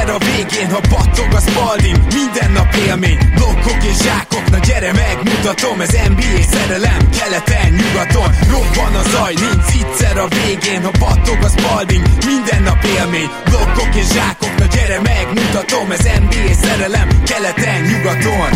Egyszer a végén, ha battog a Spalding, minden nap élmény, blokkok és zsákok, na gyere megmutatom, ez NBA szerelem, keleten, nyugaton, robban a zaj, nincs egyszer a végén, ha battog a Spalding, minden nap élmény, blokkok és zsákok, na gyere megmutatom, ez NBA szerelem, keleten, nyugaton.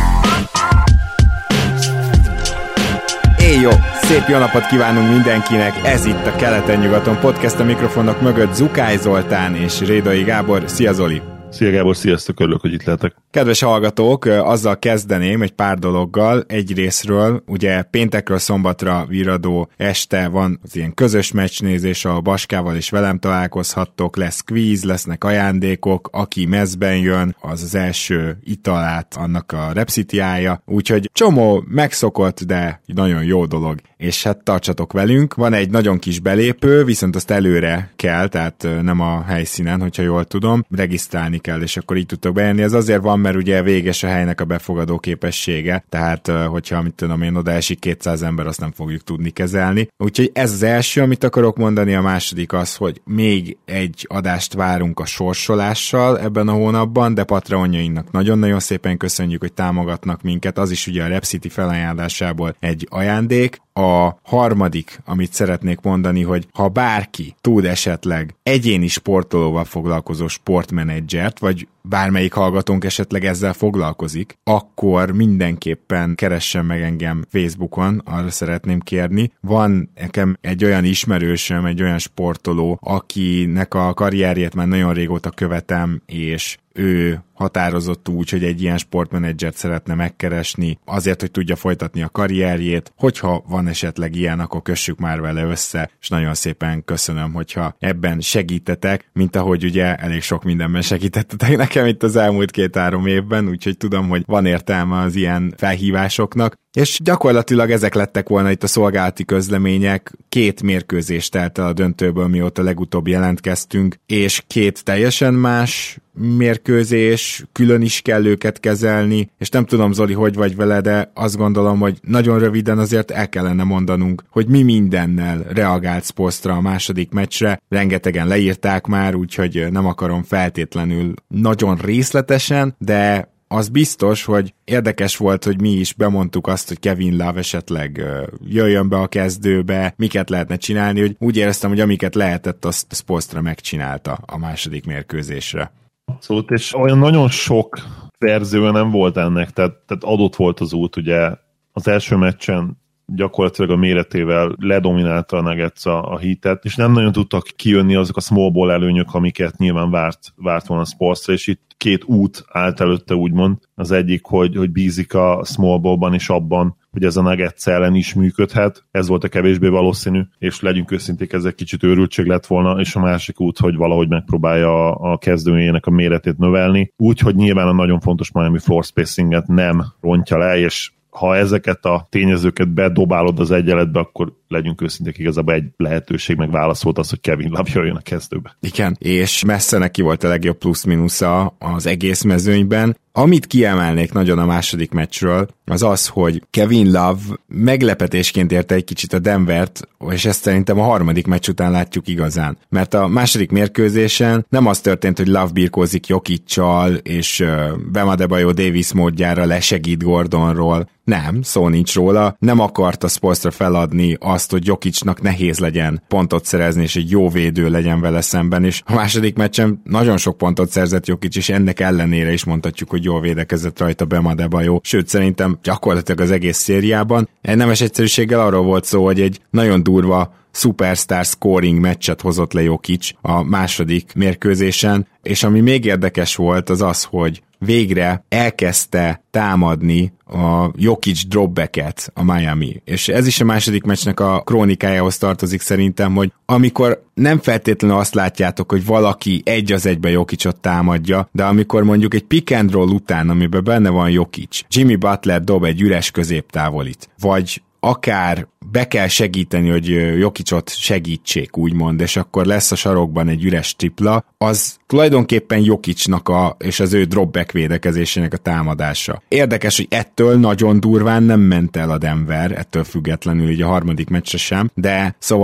Jó, szép jó napot kívánunk mindenkinek, ez itt a Keleten-nyugaton podcast, a mikrofonok mögött Zukály Zoltán és Rédai Gábor. Szia Zoli! Szia Gábor, sziasztok, örülök, hogy itt lehetek. Kedves hallgatók, azzal kezdeném egy pár dologgal. Egyrészről, ugye péntekről szombatra viradó este van az ilyen közös meccsnézés, a Baskával és velem találkozhattok, lesz kvíz, lesznek ajándékok, aki mezben jön, az az első italát annak a repszitiája, úgyhogy csomó megszokott, de nagyon jó dolog. És hát tartsatok velünk, van egy nagyon kis belépő, viszont azt előre kell, tehát nem a helyszínen, hogyha jól tudom, regisztrálni kell, és akkor így tudtok bejönni. Ez azért van, mert ugye véges a helynek a befogadó képessége, tehát hogyha, mit tudom én, oda esik 200 ember, azt nem fogjuk tudni kezelni. Úgyhogy ez az első, amit akarok mondani, a második az, hogy még egy adást várunk a sorsolással ebben a hónapban, de Patreonjainknak nagyon-nagyon szépen köszönjük, hogy támogatnak minket, az is ugye a Rep City felajánlásából egy ajándék. A harmadik, amit szeretnék mondani, hogy ha bárki tud esetleg egyéni sportolóval foglalkozó sportmenedzsert, vagy bármelyik hallgatónk esetleg ezzel foglalkozik, akkor mindenképpen keressen meg engem Facebookon, arra szeretném kérni. Van nekem egy olyan ismerősöm, egy olyan sportoló, akinek a karrierjét már nagyon régóta követem, és ő határozott úgy, hogy egy ilyen sportmenedzsert szeretne megkeresni, azért, hogy tudja folytatni a karrierjét. Hogyha van esetleg ilyen, akkor kössük már vele össze, és nagyon szépen köszönöm, hogyha ebben segítetek, mint ahogy ugye elég sok mindenben segítettetek nekem itt az elmúlt 2-3 évben, úgyhogy tudom, hogy van értelme az ilyen felhívásoknak. És gyakorlatilag ezek lettek volna itt a szolgálati közlemények, 2 mérkőzés telt el a döntőből, mióta legutóbb jelentkeztünk, és 2 teljesen más mérkőzés, külön is kell őket kezelni, és nem tudom, Zoli, hogy vagy vele, de azt gondolom, hogy nagyon röviden azért el kellene mondanunk, hogy mi mindennel reagált Spoelstra a második meccsre, rengetegen leírták már, úgyhogy nem akarom feltétlenül nagyon részletesen, de az biztos, hogy érdekes volt, hogy mi is bemondtuk azt, hogy Kevin Love esetleg jöjjön be a kezdőbe, miket lehetne csinálni, hogy úgy éreztem, hogy amiket lehetett, azt Spoelstra megcsinálta a második mérkőzésre. Szóval, és olyan nagyon sok verziója nem volt ennek, tehát adott volt az út, ugye az első meccsen gyakorlatilag a méretével ledominálta a Nuggets a Heatet, és nem nagyon tudtak kijönni azok a small ball előnyök, amiket nyilván várt volna a Spoelstra, és itt 2 út állt előtte, úgymond. Az egyik, hogy bízik a small ballban és abban, hogy ez a Nuggets ellen is működhet. Ez volt a kevésbé valószínű, és legyünk őszinték, ez egy kicsit őrültség lett volna, és a másik út, hogy valahogy megpróbálja a kezdőjének a méretét növelni. Úgyhogy nyilván a nagyon fontos Miami floor spacinget nem rontja le, és ha ezeket a tényezőket bedobálod az egyenletbe, akkor legyünk őszinték, igazából egy lehetőség meg válasz volt az, hogy Kevin Love jöjjön a kezdőbe. Igen, és messze neki volt a legjobb plusz-minusza az egész mezőnyben. Amit kiemelnék nagyon a második meccsről, az az, hogy Kevin Love meglepetésként érte egy kicsit a Denvert, és ezt szerintem a harmadik meccs után látjuk igazán. Mert a második mérkőzésen nem az történt, hogy Love birkózik Jokiccal, és Bam Adebayo Davis módjára lesegít Gordonról. Nem, szó nincs róla. Nem akarta Spoelstra feladni azt, hogy Jokicnak nehéz legyen pontot szerezni, és egy jó védő legyen vele szemben, és a második meccsen nagyon sok pontot szerzett Jokic, és ennek ellenére is mondhatjuk, hogy jól védekezett rajta Bam Adebayo. Sőt, szerintem gyakorlatilag az egész szériában. Egy nemes egyszerűséggel arról volt szó, hogy egy nagyon durva superstar scoring meccset hozott le Jokic a második mérkőzésen, és ami még érdekes volt, az az, hogy végre elkezdte támadni a Jokic dropbacket a Miami. És ez is a második meccsnek a krónikájához tartozik szerintem, hogy amikor nem feltétlenül azt látjátok, hogy valaki 1-1 Jokicot támadja, de amikor mondjuk egy pick and roll után, amiben benne van Jokic, Jimmy Butler dob egy üres középtávolit, vagy akár be kell segíteni, hogy Jokicot segítsék, úgymond, és akkor lesz a sarokban egy üres tripla, az tulajdonképpen Jokicnak és az ő dropback védekezésének a támadása. Érdekes, hogy ettől nagyon durván nem ment el a Denver, ettől függetlenül így a harmadik meccsre sem, de szóval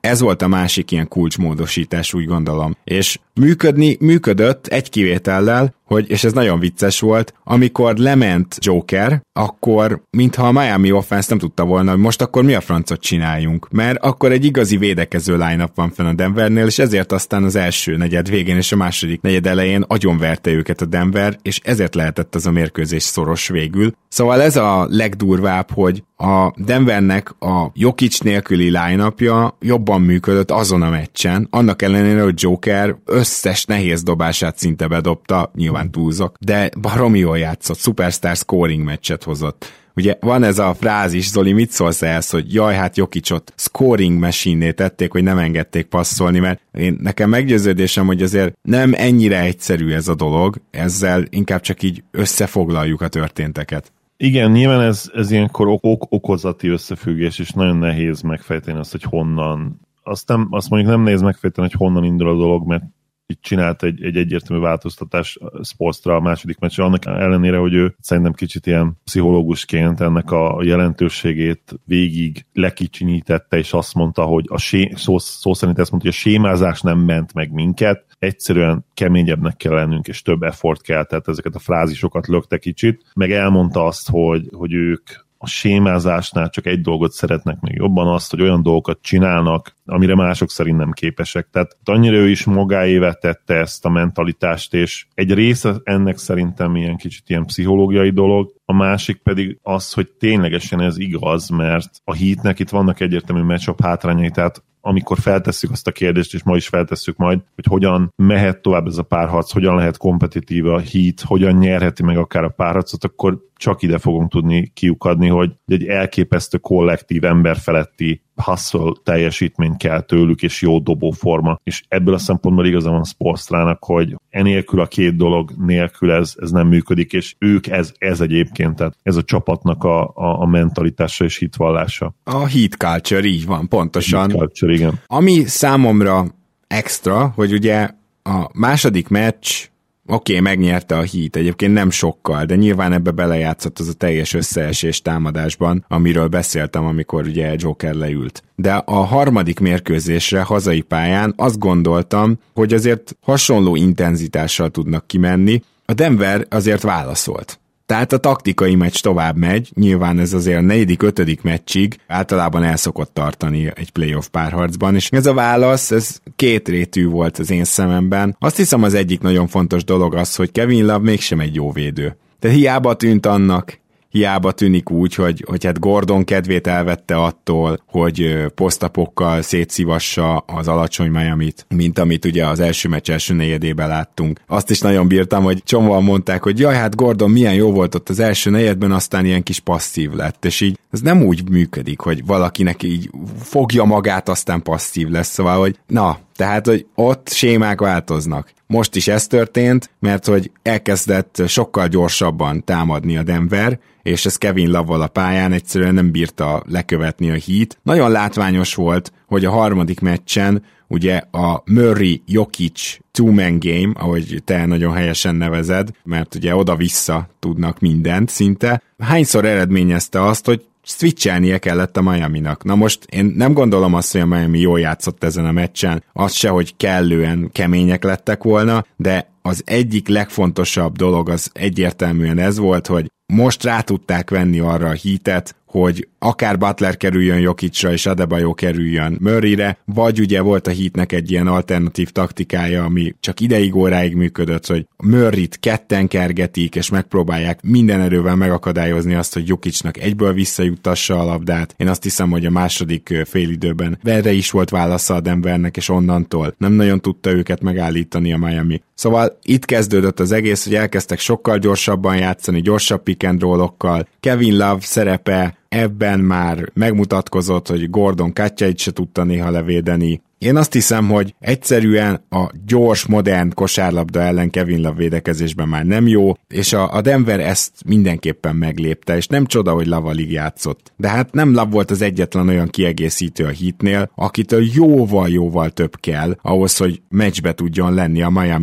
ez volt a másik ilyen kulcsmódosítás, úgy gondolom. És működött egy kivétellel, és ez nagyon vicces volt, amikor lement Joker, akkor mintha a Miami Offense nem tudta volna, hogy most akkor mi a francot csináljunk, mert akkor egy igazi védekező line-up van fenn a Denvernél, és ezért aztán az első negyed végén és a második negyed elején agyonverte őket a Denver, és ezért lehetett az a mérkőzés szoros végül. Szóval ez a legdurvább, hogy a Denvernek a Jokic nélküli line-upja jobban működött azon a meccsen, annak ellenére, hogy Joker összes nehéz dobását szinte bedobta, nyilván túlzok, de baromi jól játszott, superstar scoring meccset hozott. Ugye van ez a frázis, Zoli, mit szólsz ehhez, hogy jaj, hát Jokicot scoring machine-né tették, hogy nem engedték passzolni, mert nekem meggyőződésem, hogy azért nem ennyire egyszerű ez a dolog, ezzel inkább csak így összefoglaljuk a történteket. Igen, nyilván ez ilyenkor okozati összefüggés, és nagyon nehéz megfejteni azt, hogy honnan. Azt mondjuk nem nehéz megfejteni, hogy honnan indul a dolog, mert itt csinált egy egyértelmű változtatás Spoelstra a második meccsre, annak ellenére, hogy ő szerintem kicsit ilyen pszichológusként ennek a jelentőségét végig lekicsinyítette, és azt mondta, hogy szó szerint ezt mondta, hogy a sémázás nem ment meg minket, egyszerűen keményebbnek kell lennünk, és több effort kell, tehát ezeket a frázisokat lökte kicsit, meg elmondta azt, hogy ők a sémázásnál csak egy dolgot szeretnek még jobban, azt, hogy olyan dolgokat csinálnak, amire mások szerint nem képesek. Tehát annyira ő is magáévá tette ezt a mentalitást, és egy része ennek szerintem ilyen kicsit ilyen pszichológiai dolog, a másik pedig az, hogy ténylegesen ez igaz, mert a Heatnek itt vannak egyértelmű matchup hátrányai, tehát amikor feltesszük azt a kérdést, és ma is feltesszük majd, hogy hogyan mehet tovább ez a párharc, hogyan lehet kompetitív a Heat, hogyan nyerheti meg akár a párharcot, akkor csak ide fogunk tudni kiukadni, hogy egy elképesztő kollektív emberfeletti hustle teljesítmény kell tőlük, és jó dobóforma. És ebből a szempontból igazán van Spoelstrának, hogy enélkül a két dolog nélkül ez nem működik, és ők ez egyébként, tehát ez a csapatnak a mentalitása és hitvallása. A Heat culture, így van, pontosan. Heat culture, igen. Ami számomra extra, hogy ugye a második meccs megnyerte a Heat, egyébként nem sokkal, de nyilván ebbe belejátszott az a teljes összeesés támadásban, amiről beszéltem, amikor ugye Joker leült. De a harmadik mérkőzésre hazai pályán azt gondoltam, hogy azért hasonló intenzitással tudnak kimenni. A Denver azért válaszolt. Tehát a taktikai meccs tovább megy, nyilván ez azért a 4.-5. meccsig általában el szokott tartani egy playoff párharcban, és ez a válasz, ez kétrétű volt az én szememben. Azt hiszem az egyik nagyon fontos dolog az, hogy Kevin Love mégsem egy jó védő. Tehát hiába tűnt annak, hiába tűnik úgy, hogy hát Gordon kedvét elvette attól, hogy posztapokkal szétszívassa az alacsony Miamit, mint amit ugye az első meccs első negyedében láttunk. Azt is nagyon bírtam, hogy csomóan mondták, hogy jaj, hát Gordon milyen jó volt ott az első negyedben, aztán ilyen kis passzív lett, és így ez nem úgy működik, hogy valakinek így fogja magát, aztán passzív lesz, szóval, hogy tehát, hogy ott sémák változnak. Most is ez történt, mert hogy elkezdett sokkal gyorsabban támadni a Denver, és ez Kevin Love-val a pályán egyszerűen nem bírta lekövetni a Heat. Nagyon látványos volt, hogy a harmadik meccsen ugye a Murray-Jokic two-man game, ahogy te nagyon helyesen nevezed, mert ugye oda-vissza tudnak mindent szinte. Hányszor eredményezte azt, hogy switchelnie kellett a Miaminak. Na most én nem gondolom azt, hogy a Miami jól játszott ezen a meccsen, az se, hogy kellően kemények lettek volna, de az egyik legfontosabb dolog az egyértelműen ez volt, hogy most rá tudták venni arra a Heatet, hogy akár Butler kerüljön Jokicra és Adebayo kerüljön Murrayre, vagy ugye volt a Heatnek egy ilyen alternatív taktikája, ami csak ideig óráig működött, hogy Murrayt ketten kergetik, és megpróbálják minden erővel megakadályozni azt, hogy Jokicnak egyből visszajuttassa a labdát. Én azt hiszem, hogy a második félidőben erre is volt válasza a Denvernek, és onnantól nem nagyon tudta őket megállítani a Miami. Szóval itt kezdődött az egész, hogy elkezdtek sokkal gyorsabban játszani, gyorsabb pick and roll-okkal. Kevin Love szerepe ebben már megmutatkozott, hogy Gordon kátjait se tudta néha levédeni. Én azt hiszem, hogy egyszerűen a gyors, modern kosárlabda ellen Kevin Love védekezésben már nem jó, és a Denver ezt mindenképpen meglépte, és nem csoda, hogy Love alig játszott. De hát nem Love volt az egyetlen olyan kiegészítő a Heatnél, akitől jóval-jóval több kell ahhoz, hogy meccsbe tudjon lenni a Miami,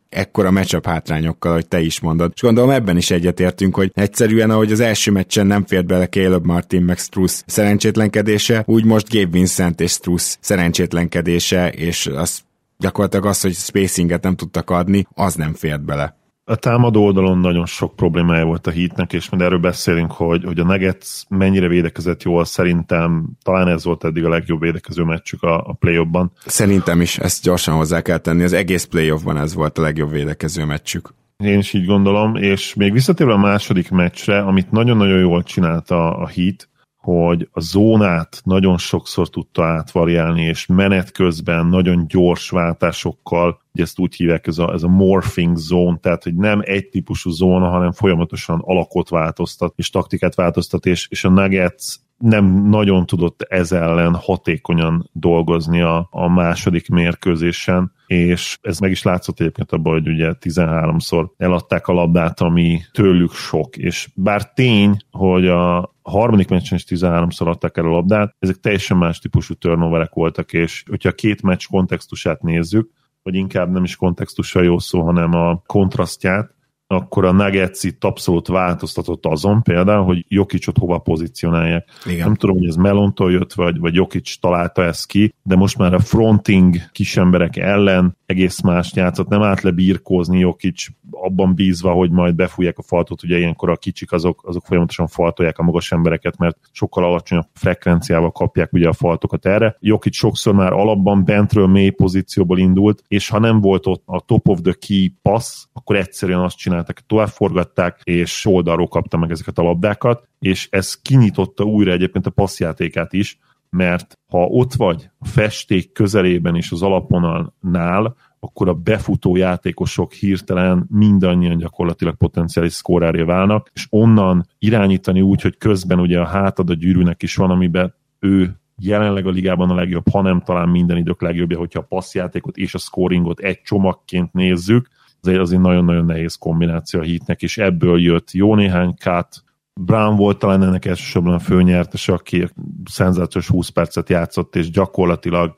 ekkora matchup hátrányokkal, ahogy te is mondod. És gondolom ebben is egyetértünk, hogy egyszerűen, ahogy az első meccsen nem fért bele Caleb Martin meg Strus szerencsétlenkedése, úgy most Gabe Vincent és Strus szerencsétlenkedése, és az gyakorlatilag az, hogy spacinget nem tudtak adni, az nem fért bele. A támadó oldalon nagyon sok problémája volt a Heatnek, és majd erről beszélünk, hogy a Nuggets mennyire védekezett jól. Szerintem talán ez volt eddig a legjobb védekező meccsük a play-offban. Szerintem is, ezt gyorsan hozzá kell tenni. Az egész play-offban ez volt a legjobb védekező meccsük. Én is így gondolom, és még visszatérve a második meccsre, amit nagyon-nagyon jól csinálta a Heat, hogy a zónát nagyon sokszor tudta átvariálni, és menet közben nagyon gyors váltásokkal, ugye ezt úgy hívják, ez a morphing zone, tehát hogy nem egy típusú zóna, hanem folyamatosan alakot változtat, és taktikát változtat, és a Nuggets nem nagyon tudott ez ellen hatékonyan dolgozni a második mérkőzésen, és ez meg is látszott egyébként abban, hogy ugye 13-szor eladták a labdát, ami tőlük sok, és bár tény, hogy a harmadik meccsen is 13-szor adták el a labdát, ezek teljesen más típusú turnoverek voltak, és hogyha a két meccs kontextusát nézzük, vagy inkább nem is kontextussal jó szó, hanem a kontrasztját, akkor a Nuggets itt abszolút változtatott azon például, hogy Jokicot hova pozícionálják. Igen. Nem tudom, hogy ez Melontól jött, vagy Jokic találta ezt ki, de most már a fronting kisemberek ellen egész mást játszott, nem állt le birkózni Jokic, abban bízva, hogy majd befújják a faltot, ugye ilyenkor a kicsik azok folyamatosan faltolják a magas embereket, mert sokkal alacsonyabb frekvenciával kapják ugye a faltokat erre. Jokic sokszor már alapban bentről mély pozícióból indult, és ha nem volt ott a top of the key pass, akkor egyszerűen azt csinálták, tovább forgatták, és oldalról kapta meg ezeket a labdákat, és ez kinyitotta újra egyébként a passzjátékát is, mert ha ott vagy a festék közelében és az alapvonalnál, akkor a befutó játékosok hirtelen mindannyian gyakorlatilag potenciális szkórárja válnak, és onnan irányítani úgy, hogy közben ugye a hátad a gyűrűnek is van, amiben ő jelenleg a ligában a legjobb, hanem talán minden idők legjobbja, hogyha a passzjátékot és a scoringot egy csomagként nézzük, az egy nagyon-nagyon nehéz kombináció a Heatnek, és ebből jött jó néhány cut. Brown volt talán ennek elsősorban a főnyertes, aki szenzációs 20 percet játszott, és gyakorlatilag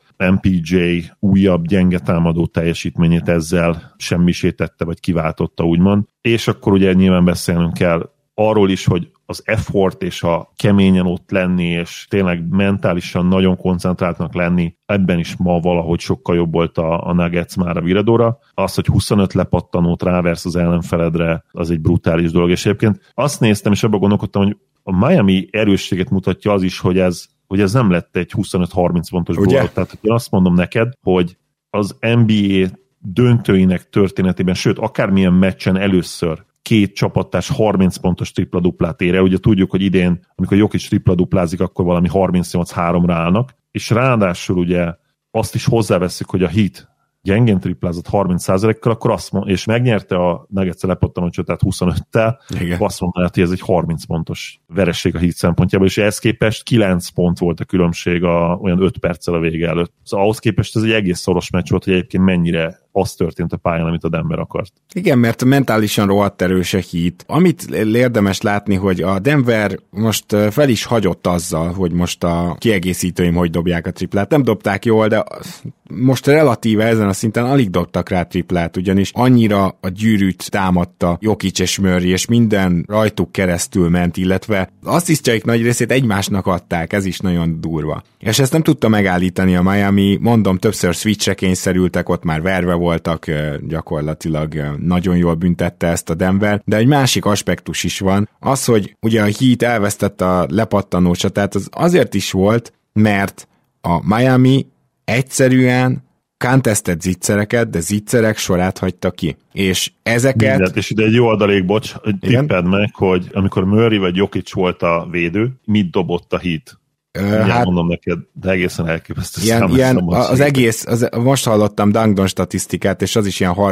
MPJ újabb gyenge támadó teljesítményét ezzel semmisítette, vagy kiváltotta, úgymond. És akkor ugye nyilván beszélnünk kell arról is, hogy az effort és a keményen ott lenni, és tényleg mentálisan nagyon koncentráltnak lenni, ebben is ma valahogy sokkal jobb volt a Nuggets már a viradóra. Az, hogy 25 lepattanót ráversz az ellenfeledre, az egy brutális dolog. És egyébként azt néztem, és abban gondolkodtam, hogy a Miami erősséget mutatja az is, hogy ez nem lett egy 25-30 pontos blowout. Tehát én azt mondom neked, hogy az NBA döntőinek történetében, sőt, akármilyen meccsen először két csapattárs 30 pontos tripla-duplát ér el. Ugye tudjuk, hogy idén, amikor Jokic tripla-duplázik, akkor valami 38-3-ra állnak, és ráadásul ugye azt is hozzáveszik, hogy a Heat gyengén triplázott 30%-kal, akkor azt mondja, és megnyerte a Nuggets lepattanó csatát 25-tel, azt mondta, hogy ez egy 30 pontos vereség a Heat szempontjából, és ehhez képest 9 pont volt a különbség olyan 5 perccel a vége előtt. Szóval ahhoz képest ez egy egész szoros meccs volt, hogy egyébként mennyire az történt a pályán, amit a Denver akart. Igen, mert mentálisan rohadt erős a Heat. Amit érdemes látni, hogy a Denver most fel is hagyott azzal, hogy most a kiegészítőim hogy dobják a triplát. Nem dobták jól, de most relatíve ezen a szinten alig dobtak rá triplát, ugyanis annyira a gyűrűt támadta Jokic és Murray, és minden rajtuk keresztül ment, illetve asszisztjaik nagy részét egymásnak adták, ez is nagyon durva. És ezt nem tudta megállítani a Miami, mondom, többször switchre kényszerültek, ott már verve voltak, gyakorlatilag nagyon jól büntette ezt a Denver, de egy másik aspektus is van, az, hogy ugye a Heat elvesztette a lepattanó csatát, az azért is volt, mert a Miami egyszerűen contested zicsereket, de zicserek sorát hagyta ki. És ezeket... Mindent, és ide egy jó adalék, bocs, tipped meg, hogy amikor Murray vagy Jokic volt a védő, mit dobott a Heat? Hát, mondom neked, de egészen elképesztő ilyen az egész, most hallottam Dangdon statisztikát, és az is ilyen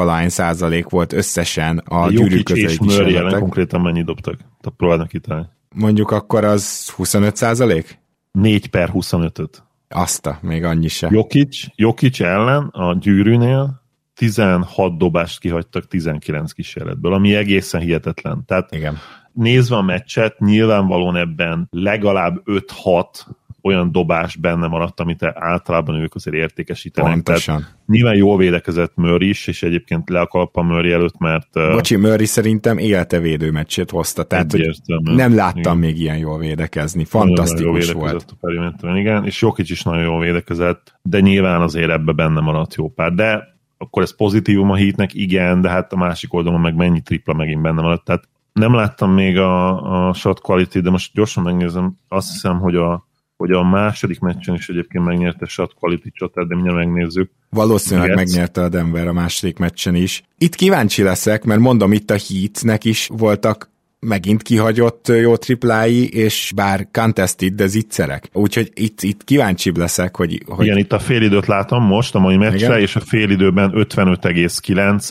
30% volt összesen a gyűrű közeli kísérletek. Murray ellen konkrétan mennyit dobtak? Tehát próbálnak kitalálni. Mondjuk akkor az 25%? 4/25-öt. Még annyi se. Jokic ellen a gyűrűnél 16 dobást kihagytak 19 kísérletből, ami egészen hihetetlen. Tehát igen. Nézve a meccset, nyilvánvalóan ebben legalább 5-6 olyan dobás benne maradt, amit általában ők azért értékesítenek. Pontosan. Tehát nyilván jól védekezett Murray is, és egyébként le a kalappa Murray előtt, mert... Bocsi, Murray szerintem élete védőmeccsét hozta, tehát nem láttam még ilyen jól védekezni. Fantasztikus volt. Igen, és Jokic is nagyon jól védekezett, de nyilván azért ebbe benne maradt jó pár. De akkor ez pozitívum a Heatnek, igen, de hát a másik oldalon meg mennyi tripla megint benne maradt. Tehát nem láttam még a shot quality, de most gyorsan megnézem, azt hiszem, hogy a második meccsen is egyébként megnyerte shot quality csatát, de mindjárt megnézzük. Valószínűleg megnyerte a Denver a második meccsen is. Itt kíváncsi leszek, mert mondom, itt a Heatnek is voltak megint kihagyott jó triplái, és bár contested, de zicserek. Úgyhogy itt kíváncsibb leszek, hogy... Igen, itt a félidőt látom most a mai meccsre, igen? És a félidőben 55,9,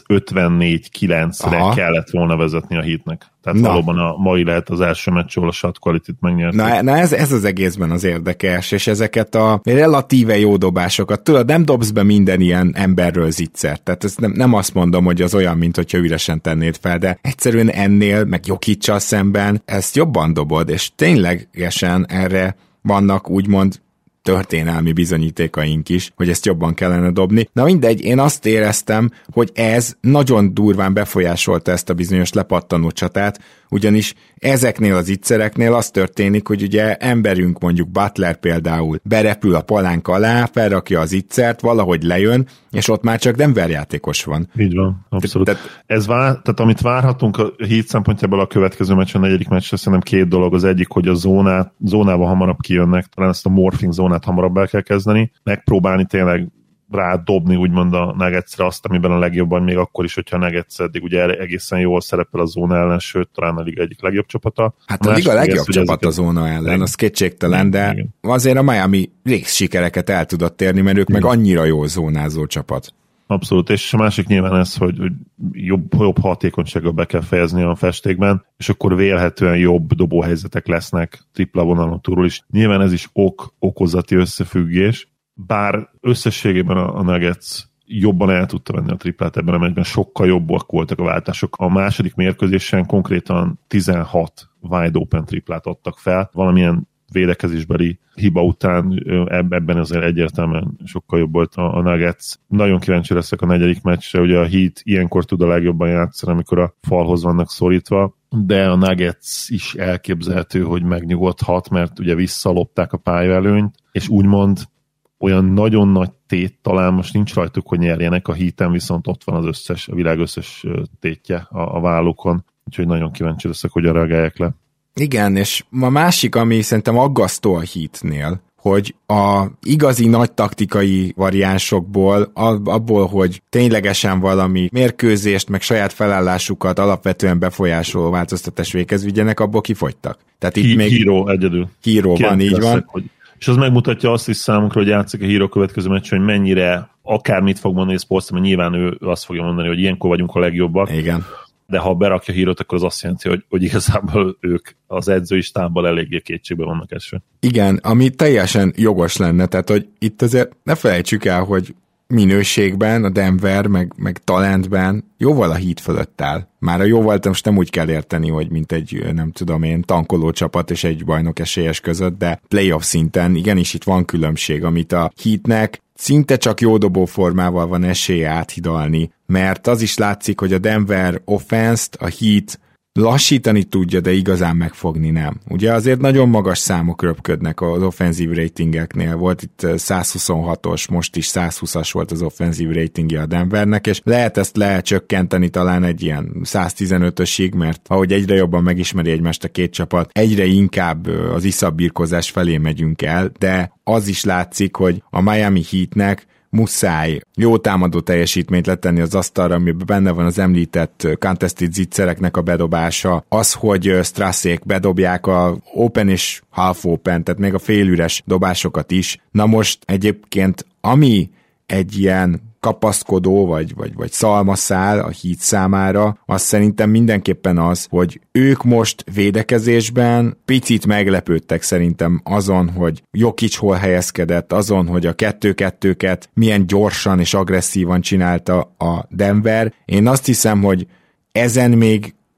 54-9-re kellett volna vezetni a Heatnek. Tehát valóban a mai lehet az első meccs, ahol a shot quality-t megnyerték. Na ez az egészben az érdekes, és ezeket a relatíve jó dobásokat, tudod, nem dobsz be minden ilyen emberről zicsert, tehát ezt nem azt mondom, hogy az olyan, mint hogyha üresen tennéd fel, de egyszerűen ennél, meg Jokic-sal szemben ezt jobban dobod, és ténylegesen erre vannak úgymond történelmi bizonyítékaink is, hogy ezt jobban kellene dobni. Na mindegy, én azt éreztem, hogy ez nagyon durván befolyásolta ezt a bizonyos lepattanó csatát, ugyanis ezeknél az ittszereknél az történik, hogy ugye emberünk, mondjuk Butler például berepül a palánk alá, felrakja az ittszert, valahogy lejön, és ott már csak Denver játékos van. Így van, abszolút. Tehát amit várhatunk a Heat szempontjából a következő meccsen, a negyedik meccsre, szerintem két dolog. Az egyik, hogy a zónában hamarabb kijönnek, talán ezt a morphing zónát hamarabb el kell kezdeni, megpróbálni tényleg rádobni úgymond a Nuggetsre azt, amiben a legjobban, még akkor is, hogyha a Nuggets eddig ugye egészen jól szerepel a zóna ellen, sőt, talán a liga egyik legjobb csapata. Hát a liga legjobb csapat a zóna ellen, az kétségtelen, de igen. Azért a Miami sikereket el tudott érni, mert ők meg annyira jó zónázó csapat. Abszolút, és a másik nyilván ez, hogy jobb hatékonysággal be kell fejezni a festékben, és akkor vélhetően jobb dobóhelyzetek lesznek tripla vonalon túl is. Nyilván ez is okozati összefüggés, bár összességében a Nuggets jobban el tudta venni a triplát ebben a meccsben, sokkal jobbak voltak a váltások. A második mérkőzésen konkrétan 16 wide open triplát adtak fel, valamilyen védekezésbeli hiba után ebben azért egyértelműen sokkal jobb volt a Nuggets. Nagyon kíváncsi leszek a negyedik meccsre, ugye a Heat ilyenkor tud a legjobban játszani, amikor a falhoz vannak szorítva, de a Nuggets is elképzelhető, hogy megnyugodhat, mert ugye visszalopták a pályaelőnyt, és úgymond olyan nagyon nagy tét talán most nincs rajtuk, hogy nyerjenek, a Heaten viszont ott van a világ összes tétje a vállukon, úgyhogy nagyon kíváncsi leszek, hogyan reagálják le. Igen, és a másik, ami szerintem aggasztó a Heatnél, hogy a igazi nagy taktikai variánsokból, abból, hogy ténylegesen valami mérkőzést, meg saját felállásukat alapvetően befolyásoló változtatás véghez vigyenek, abból kifogytak. Tehát itt még Hero egyedül. Hero van, így van. És az megmutatja azt is számunkra, hogy játszik a Hero következő meccs, hogy mennyire akármit fog mondani Sports, mert nyilván ő azt fogja mondani, hogy ilyenkor vagyunk a legjobbak. Igen. De ha berakja Hero-t, akkor az azt jelenti, hogy igazából ők az edzői stábból eléggé kétségbe vannak esve. Igen, ami teljesen jogos lenne, tehát hogy itt azért ne felejtsük el, hogy minőségben a Denver, meg talentben jóval a Heat fölött áll. Már a jóval most nem úgy kell érteni, hogy mint egy, nem tudom én, tankoló csapat és egy bajnok esélyes között, de playoff szinten igenis itt van különbség, amit a Heatnek szinte csak jó dobóformával van esélye áthidalni, mert az is látszik, hogy a Denver offense-t a Heat lassítani tudja, de igazán megfogni nem. Ugye azért nagyon magas számok röpködnek az offenzív ratingeknél. Volt itt 126-os, most is 120-as volt az offenzív ratingje a Denvernek, és lehet ezt lecsökkenteni talán egy ilyen 115-ösig, mert ahogy egyre jobban megismeri egymást a két csapat, egyre inkább az iszabbirkozás felé megyünk el, de az is látszik, hogy a Miami Heatnek muszáj jó támadó teljesítményt letenni az asztalra, amiben benne van az említett contested zicsereknek a bedobása, az, hogy Strassék bedobják a open és half open, tehát még a félüres dobásokat is. Na most egyébként, ami egy ilyen kapaszkodó, vagy szalmaszál a Heat számára, az szerintem mindenképpen az, hogy ők most védekezésben picit meglepődtek szerintem azon, hogy Jokic hol helyezkedett, azon, hogy a 2-2-ket milyen gyorsan és agresszívan csinálta a Denver. Én azt hiszem, hogy ezen még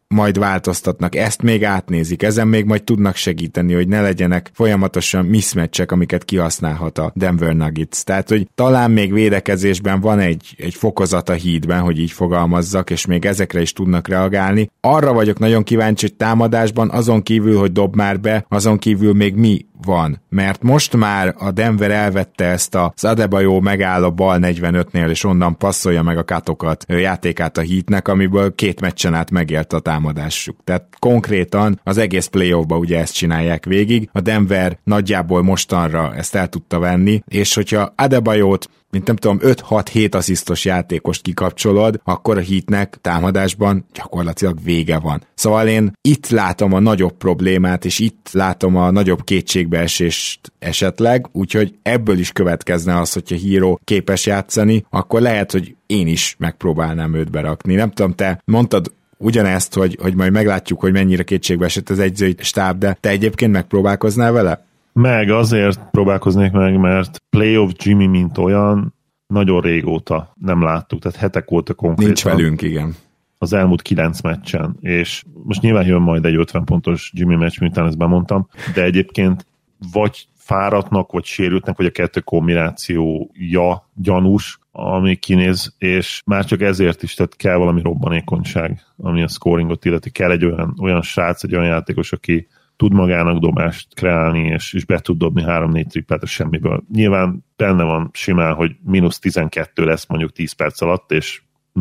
majd változtatnak, ezt még átnézik, ezen még majd tudnak segíteni, hogy ne legyenek folyamatosan mismatchek, amiket kihasználhat a Denver Nuggets. Tehát, hogy talán még védekezésben van egy fokozat a Heatben, hogy így fogalmazzak, és még ezekre is tudnak reagálni. Arra vagyok nagyon kíváncsi, hogy támadásban azon kívül, hogy dob már be, azon kívül még mi van. Mert most már a Denver elvette ezt az Adebayo megáll a bal 45-nél, és onnan passzolja meg a katokat, játékát a Heatnek, amiből 2 meccsen át megélt a támadásuk. Tehát konkrétan az egész playoffba ugye ezt csinálják végig. A Denver nagyjából mostanra ezt el tudta venni, és hogyha Adebayót mint nem tudom, 5-6-7 asszisztos játékost kikapcsolod, akkor a Heatnek támadásban gyakorlatilag vége van. Szóval én itt látom a nagyobb problémát, és itt látom a nagyobb kétségbeesést esetleg, úgyhogy ebből is következne az, hogyha Hero képes játszani, akkor lehet, hogy én is megpróbálnám őt berakni. Nem tudom, te mondtad ugyanezt, hogy majd meglátjuk, hogy mennyire kétségbeesett az edzői stáb, de te egyébként megpróbálkoznál vele? Meg azért próbálkoznék meg, mert playoff Jimmy mint olyan nagyon régóta nem láttuk, tehát hetek óta konkrétan. Nincs velünk, igen. Az elmúlt 9 meccsen, és most nyilván jön majd egy 50 pontos Jimmy meccs, miután ezt bemondtam, de egyébként vagy fáradtnak, vagy sérültnek, vagy a kettő kombinációja gyanús, ami kinéz, és már csak ezért is, tehát kell valami robbanékonyság, ami a scoringot illeti. Kell egy olyan srác, egy olyan játékos, aki tud magának dobást kreálni, és be tud dobni 3-4 triplát a semmiből. Nyilván benne van simán, hogy -12 lesz mondjuk 10 perc alatt, és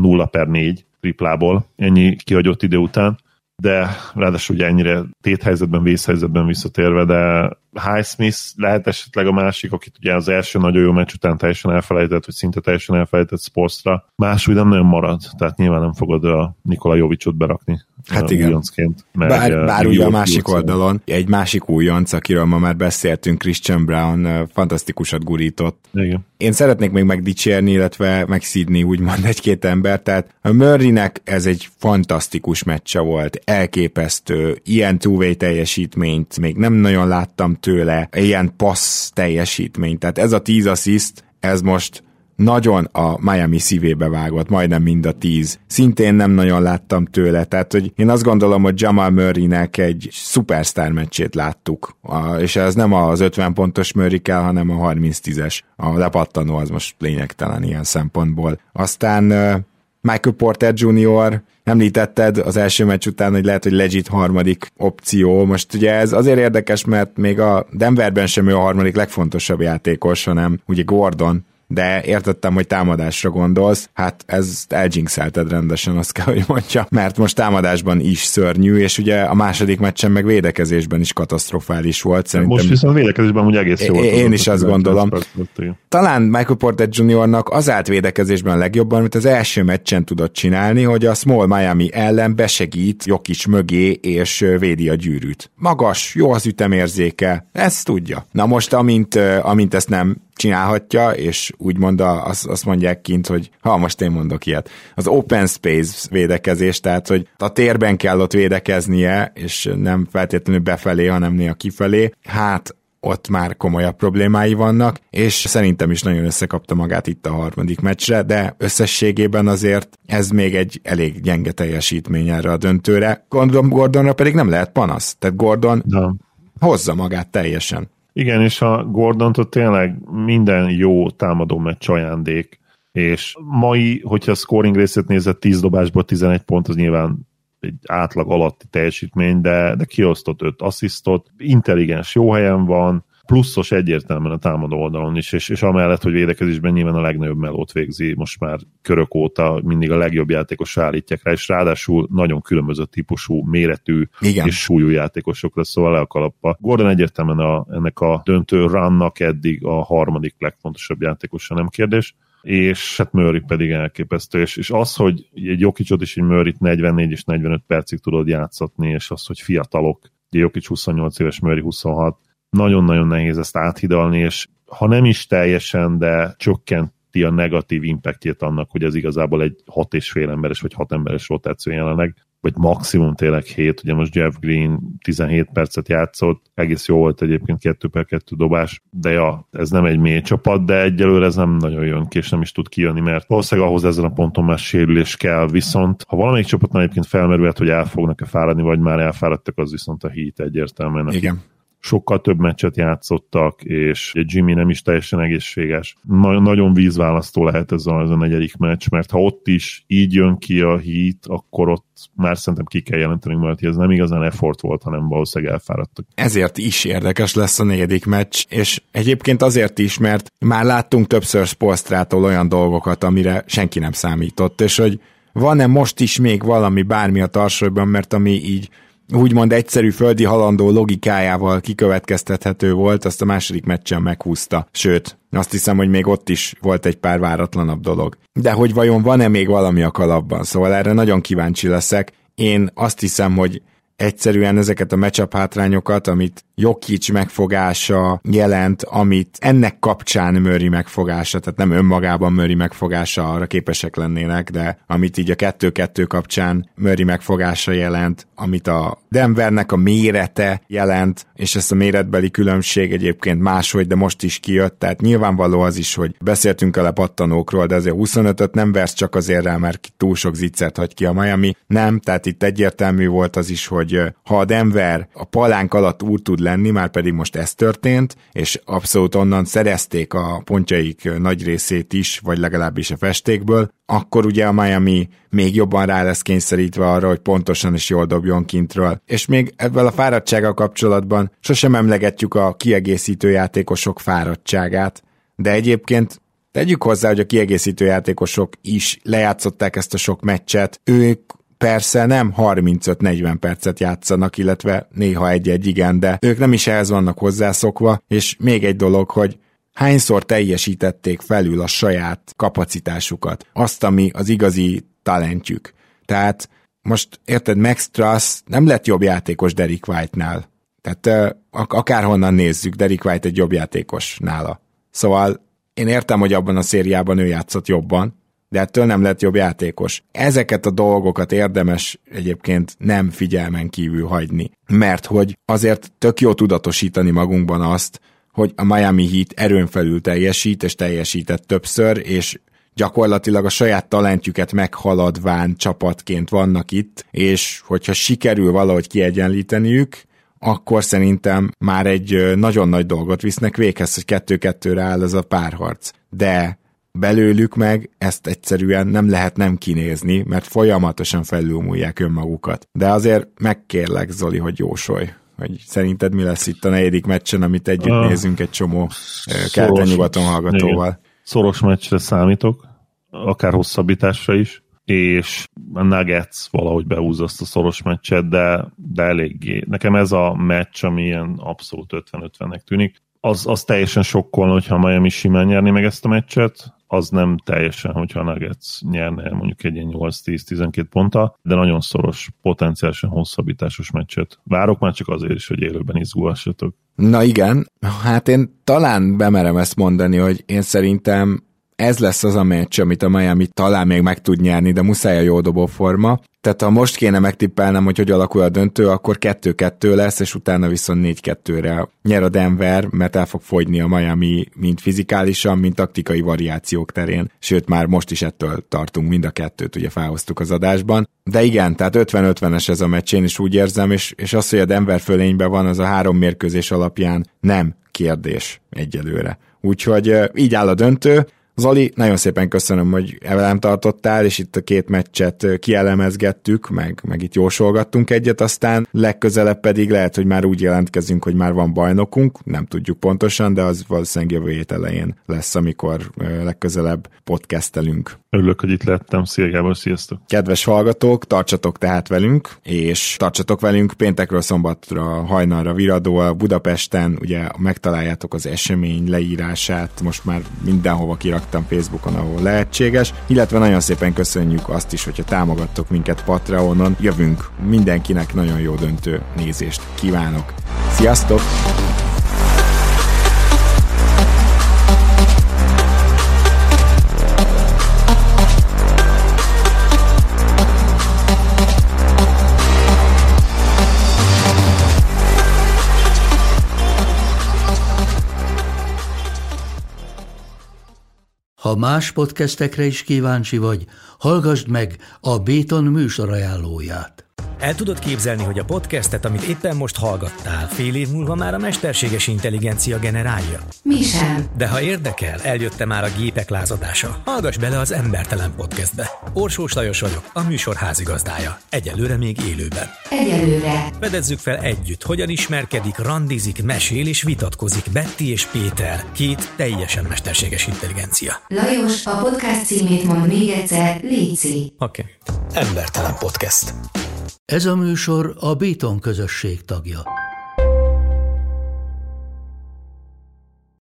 0/4 triplából, ennyi kihagyott idő után, de ráadásul ugye ennyire téthelyzetben, vészhelyzetben visszatérve, de Highsmith lehet esetleg a másik, akit ugye az első nagyon jó meccs után teljesen elfelejtett, vagy szinte teljesen elfelejtett Spoelstra. Máshogy nem nagyon marad, tehát nyilván nem fogod a Nikola Jovicsot berakni. Hát igen. Bár ugye a másik oldalon egy másik újonc, akiről ma már beszéltünk, Christian Brown fantasztikusat gurított. Igen. Én szeretnék még megdicsérni, illetve megszídni úgymond egy-két ember, tehát a Murraynek ez egy fantasztikus meccse volt, elképesztő, ilyen two-way teljesítményt még nem nagyon láttam tőle, ilyen passz teljesítményt, tehát ez a 10 assziszt, ez most nagyon a Miami szívébe vágott, majdnem mind a 10. Szintén nem nagyon láttam tőle, tehát hogy én azt gondolom, hogy Jamal Murraynek egy szupersztár meccsét láttuk, és ez nem az 50 pontos Murray kell, hanem a 30-10-es. A lepattanó az most lényegtelen ilyen szempontból. Aztán Michael Porter Jr., említetted az első meccs után, hogy lehet, hogy legit harmadik opció. Most ugye ez azért érdekes, mert még a Denverben sem ő a harmadik legfontosabb játékos, hanem ugye Gordon, de értettem, hogy támadásra gondolsz, hát ezt eldzsinxelted rendesen, azt kell, hogy mondja, mert most támadásban is szörnyű, és ugye a második meccsen meg védekezésben is katasztrofális volt. Szerintem... Most viszont védekezésben úgy egész jó volt. Én is azt gondolom. Talán Michael Porter Jr.-nak az állt védekezésben a legjobban, amit az első meccsen tudott csinálni, hogy a Small Miami ellen besegít Jokic mögé, és védi a gyűrűt. Magas, jó az ütemérzéke, ezt tudja. Na most, amint ezt nem csinálhatja, és úgymond azt mondják kint, hogy most én mondok ilyet. Az open space védekezés, tehát, hogy a térben kell ott védekeznie, és nem feltétlenül befelé, hanem néha kifelé. Hát ott már komolyabb problémái vannak, és szerintem is nagyon összekapta magát itt a harmadik meccsre, de összességében azért ez még egy elég gyenge teljesítmény erre a döntőre. Gondolom Gordonra pedig nem lehet panasz. Tehát Gordon hozza magát teljesen. Igen, és a Gordontól tényleg minden jó támadó meccs ajándék, és mai, hogyha a scoring részét nézett, 10 dobásból 11 pont, az nyilván egy átlag alatti teljesítmény, de kiosztott 5 asszisztot, intelligens, jó helyen van, pluszos egyértelműen a támadó oldalon is, és amellett, hogy védekezésben nyilván a legnagyobb melót végzi, most már körök óta mindig a legjobb játékos állítják rá, és ráadásul nagyon különböző típusú, méretű és súlyú játékosokra, szóval le a kalappa. Gordon egyértelműen ennek a döntő runnak eddig a harmadik legfontosabb játékosa, nem kérdés, és hát Murray pedig elképesztő, és az, hogy egy Jokicot és egy Murrayt 44 és 45 percig tudod játszatni, és az, hogy fiatalok, ugye Jokic 28 éves, Murray 26, nagyon-nagyon nehéz ezt áthidalni, és ha nem is teljesen, de csökkenti a negatív impactjét annak, hogy ez igazából egy 6,5 emberes vagy 6 emberes rotáció jelenleg. vagy maximum tényleg 7, ugye most Jeff Green 17 percet játszott, egész jó volt egyébként 2/2 dobás, de ja, ez nem egy mély csapat, de egyelőre ez nem nagyon jön ki, és nem is tud kijönni, mert valószínűleg ahhoz ezen a ponton már sérülés kell, viszont ha valamelyik csapatnál egyébként felmerülhet, hogy el fognak-e fáradni, vagy már elfáradtak, az viszont a Heat egyértelműen. Igen. Sokkal több meccset játszottak, és Jimmy nem is teljesen egészséges. Nagyon vízválasztó lehet ez a negyedik meccs, mert ha ott is így jön ki a Heat, akkor ott már szerintem ki kell jelenteni majd, hogy ez nem igazán effort volt, hanem valószínűleg elfáradtak. Ezért is érdekes lesz a negyedik meccs, és egyébként azért is, mert már láttunk többször Spoelstrától olyan dolgokat, amire senki nem számított, és hogy van-e most is még valami bármi a tarsolyban, mert ami így úgymond egyszerű földi halandó logikájával kikövetkeztethető volt, azt a második meccsen meghúzta. Sőt, azt hiszem, hogy még ott is volt egy pár váratlanabb dolog. De hogy vajon van-e még valami a kalapban? Szóval erre nagyon kíváncsi leszek. Én azt hiszem, hogy egyszerűen ezeket a matchup hátrányokat, amit Jokic megfogása jelent, amit ennek kapcsán Murray megfogása, tehát nem önmagában Murray megfogása, arra képesek lennének, de amit így a 2-2 kapcsán Murray megfogása jelent, amit a Denvernek a mérete jelent, és ezt a méretbeli különbség egyébként máshogy, de most is kijött, tehát nyilvánvaló az is, hogy beszéltünk a lepattanókról, de azért 25-öt nem versz csak azért rá, mert túl sok zicsert hagy ki a Miami. Nem, tehát itt egyértelmű volt az is, hogy ha a Denver a palánk alatt úr tud lenni, már pedig most ez történt, és abszolút onnan szerezték a pontjaik nagy részét is, vagy legalábbis a festékből, akkor ugye a Miami még jobban rá lesz kényszerítve arra, hogy pontosan és jól dobjon kintről. És még ebből a fáradtsággal kapcsolatban sosem emlegetjük a kiegészítő játékosok fáradtságát, de egyébként tegyük hozzá, hogy a kiegészítő játékosok is lejátszották ezt a sok meccset, ők persze nem 35-40 percet játszanak, illetve néha egy-egy igen, de ők nem is ehhez vannak hozzászokva, és még egy dolog, hogy hányszor teljesítették felül a saját kapacitásukat, azt, ami az igazi talentjük. Tehát most érted, Max Truss nem lett jobb játékos Derrick White-nál. Tehát akárhonnan nézzük, Derrick White egy jobb játékos nála. Szóval én értem, hogy abban a szériában ő játszott jobban, de ettől nem lett jobb játékos. Ezeket a dolgokat érdemes egyébként nem figyelmen kívül hagyni, mert hogy azért tök jó tudatosítani magunkban azt, hogy a Miami Heat erőn felül teljesít, és teljesített többször, és gyakorlatilag a saját talentjüket meghaladván csapatként vannak itt, és hogyha sikerül valahogy kiegyenlíteniük, akkor szerintem már egy nagyon nagy dolgot visznek véghez, hogy 2-2-re áll ez a párharc. De belőlük meg ezt egyszerűen nem lehet nem kinézni, mert folyamatosan felülmúlják önmagukat. De azért megkérlek, Zoli, hogy jósolj, hogy szerinted mi lesz itt a negyedik meccsen, amit együtt nézünk egy csomó keleten-nyugaton hallgatóval. Igen. Szoros meccsre számítok, akár hosszabbításra is, és a Nuggets valahogy behúzza azt a szoros meccset, de eléggé. Nekem ez a meccs, ami ilyen abszolút 50-50-nek tűnik, az teljesen sokkolna, hogyha a Miami simán nyerné meg ezt a meccset, az nem teljesen, hogyha a Nuggets nyerne mondjuk egy ilyen 8-10-12 ponttal, de nagyon szoros, potenciálisan hosszabbításos meccset. Várok már csak azért is, hogy élőben izgulhassatok. Na igen, hát én talán bemerem ezt mondani, hogy én szerintem ez lesz az a meccs, amit a Miami talán még meg tud nyerni, de muszáj a jó dobóforma. Tehát ha most kéne megtippelnem, hogy alakul a döntő, akkor 2-2 lesz, és utána viszont 4-2-re nyer a Denver, mert el fog fogyni a Miami mind fizikálisan, mind taktikai variációk terén. Sőt, már most is ettől tartunk, mind a kettőt ugye felhoztuk az adásban. De igen, tehát 50-50-es ez a meccs, én is úgy érzem, és az, hogy a Denver fölényben van, az a 3 mérkőzés alapján nem kérdés egyelőre. Úgyhogy így áll a döntő. Zoli, nagyon szépen köszönöm, hogy velem tartottál, és itt a 2 meccset kielemezgettük, meg itt jósolgattunk egyet, aztán legközelebb pedig lehet, hogy már úgy jelentkezünk, hogy már van bajnokunk, nem tudjuk pontosan, de az valószínűleg jövő hét elején lesz, amikor legközelebb podcastelünk. Örülök, hogy itt lettem. Szia Gábor, sziasztok! Kedves hallgatók, tartsatok tehát velünk, és tartsatok velünk péntekről szombatra, hajnalra Viradó, a Budapesten, ugye megtaláljátok az esemény leírását, most már mindenhova kiraktam Facebookon, ahol lehetséges, illetve nagyon szépen köszönjük azt is, hogyha támogattok minket Patreonon, jövünk, mindenkinek nagyon jó döntő nézést kívánok. Sziasztok! Ha más podcastekre is kíváncsi vagy, hallgassd meg a Béton műsor ajánlóját. El tudod képzelni, hogy a podcastet, amit éppen most hallgattál, fél év múlva már a mesterséges intelligencia generálja? Mi sem. De ha érdekel, eljött már a gépek lázadása. Hallgass bele az Embertelen Podcastbe. Orsós Lajos vagyok, a műsor házigazdája. Egyelőre még élőben. Egyelőre. Fedezzük fel együtt, hogyan ismerkedik, randizik, mesél és vitatkozik Betty és Péter, két teljesen mesterséges intelligencia. Lajos, a podcast címét mondd még egyszer, léci. Oké. Embertelen Podcast. Ez a műsor a Béton közösség tagja.